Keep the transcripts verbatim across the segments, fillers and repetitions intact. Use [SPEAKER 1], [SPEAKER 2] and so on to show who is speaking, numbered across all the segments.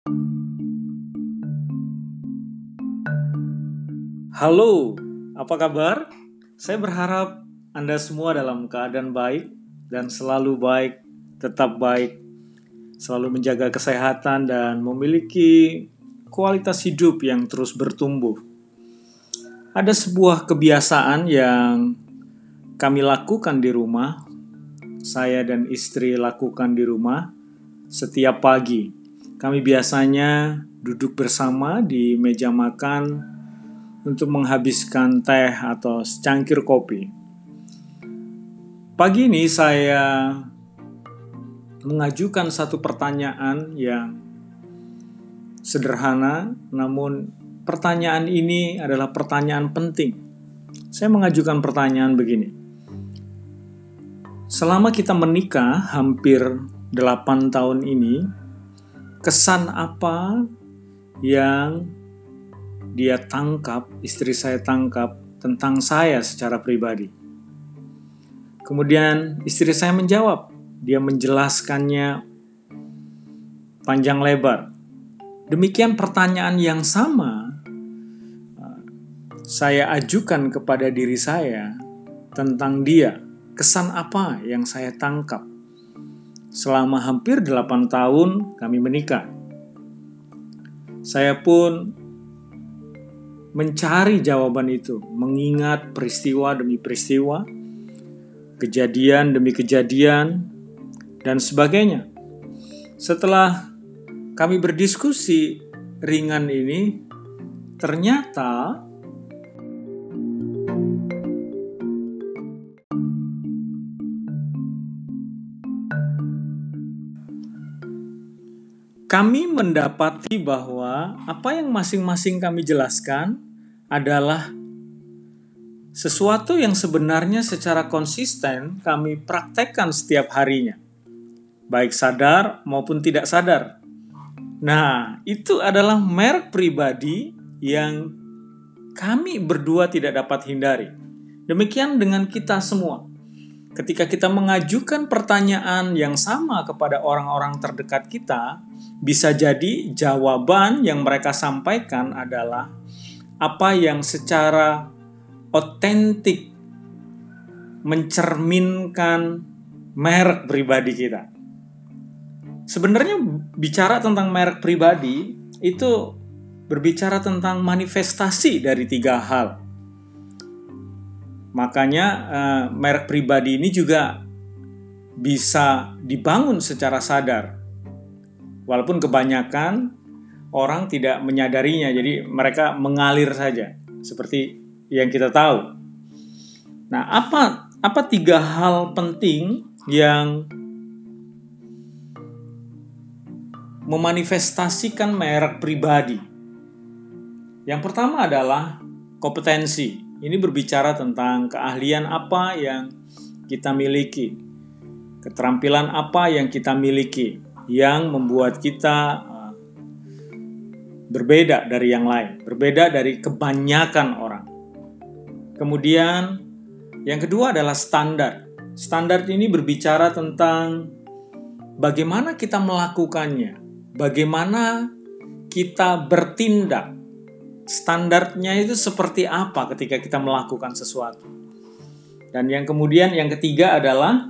[SPEAKER 1] Halo, apa kabar? Saya berharap Anda semua dalam keadaan baik dan selalu baik, tetap baik, selalu menjaga kesehatan dan memiliki kualitas hidup yang terus bertumbuh. Ada sebuah kebiasaan yang kami lakukan di rumah, saya dan istri lakukan di rumah setiap pagi. Kami biasanya duduk bersama di meja makan untuk menghabiskan teh atau secangkir kopi. Pagi ini saya mengajukan satu pertanyaan yang sederhana, namun pertanyaan ini adalah pertanyaan penting. Saya mengajukan pertanyaan begini. Selama kita menikah hampir delapan tahun ini, kesan apa yang dia tangkap, istri saya tangkap tentang saya secara pribadi? Kemudian istri saya menjawab, dia menjelaskannya panjang lebar. Demikian pertanyaan yang sama saya ajukan kepada diri saya tentang dia. Kesan apa yang saya tangkap selama hampir delapan tahun kami menikah? Saya pun mencari jawaban itu, mengingat peristiwa demi peristiwa, kejadian demi kejadian, dan sebagainya. Setelah kami berdiskusi ringan ini, ternyata kami mendapati bahwa apa yang masing-masing kami jelaskan adalah sesuatu yang sebenarnya secara konsisten kami praktekkan setiap harinya, baik sadar maupun tidak sadar. Nah, itu adalah merek pribadi yang kami berdua tidak dapat hindari. Demikian dengan kita semua. Ketika kita mengajukan pertanyaan yang sama kepada orang-orang terdekat kita, bisa jadi jawaban yang mereka sampaikan adalah apa yang secara otentik mencerminkan merek pribadi kita. Sebenarnya bicara tentang merek pribadi itu berbicara tentang manifestasi dari tiga hal. Makanya eh, merek pribadi ini juga bisa dibangun secara sadar. Walaupun kebanyakan orang tidak menyadarinya, jadi mereka mengalir saja seperti yang kita tahu. Nah, apa apa tiga hal penting yang memanifestasikan merek pribadi? Yang pertama adalah kompetensi. Ini berbicara tentang keahlian apa yang kita miliki, keterampilan apa yang kita miliki, yang membuat kita uh, berbeda dari yang lain, berbeda dari kebanyakan orang. Kemudian yang kedua adalah standar. Standar ini berbicara tentang bagaimana kita melakukannya, bagaimana kita bertindak. Standarnya itu seperti apa ketika kita melakukan sesuatu. Dan yang kemudian yang ketiga adalah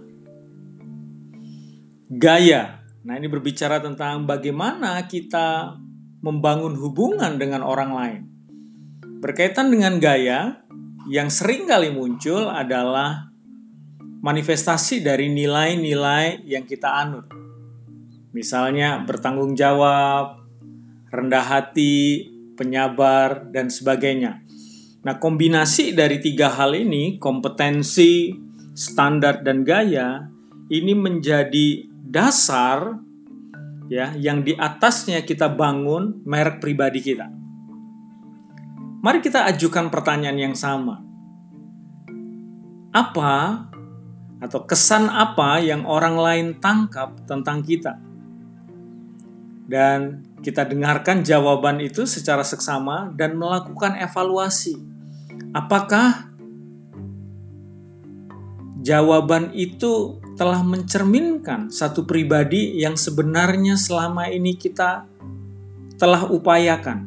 [SPEAKER 1] gaya. Nah, ini berbicara tentang bagaimana kita membangun hubungan dengan orang lain. Berkaitan dengan gaya, yang sering kali muncul adalah manifestasi dari nilai-nilai yang kita anut. Misalnya bertanggung jawab, rendah hati, penyabar, dan sebagainya. Nah, kombinasi dari tiga hal ini, kompetensi, standar, dan gaya, ini menjadi dasar ya yang di atasnya kita bangun merek pribadi kita. Mari kita ajukan pertanyaan yang sama. Apa atau kesan apa yang orang lain tangkap tentang kita? Dan kita dengarkan jawaban itu secara seksama dan melakukan evaluasi. Apakah jawaban itu telah mencerminkan satu pribadi yang sebenarnya selama ini kita telah upayakan?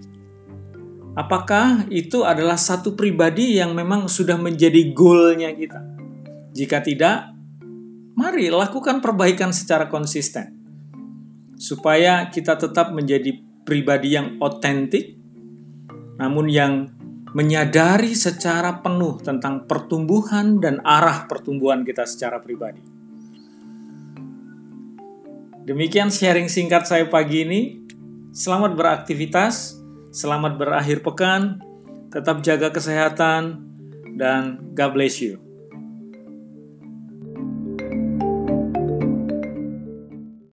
[SPEAKER 1] Apakah itu adalah satu pribadi yang memang sudah menjadi goalnya kita? Jika tidak, mari lakukan perbaikan secara konsisten. Supaya kita tetap menjadi pribadi yang otentik, namun yang menyadari secara penuh tentang pertumbuhan dan arah pertumbuhan kita secara pribadi. Demikian sharing singkat saya pagi ini. Selamat beraktivitas, selamat berakhir pekan, tetap jaga kesehatan, dan God bless you.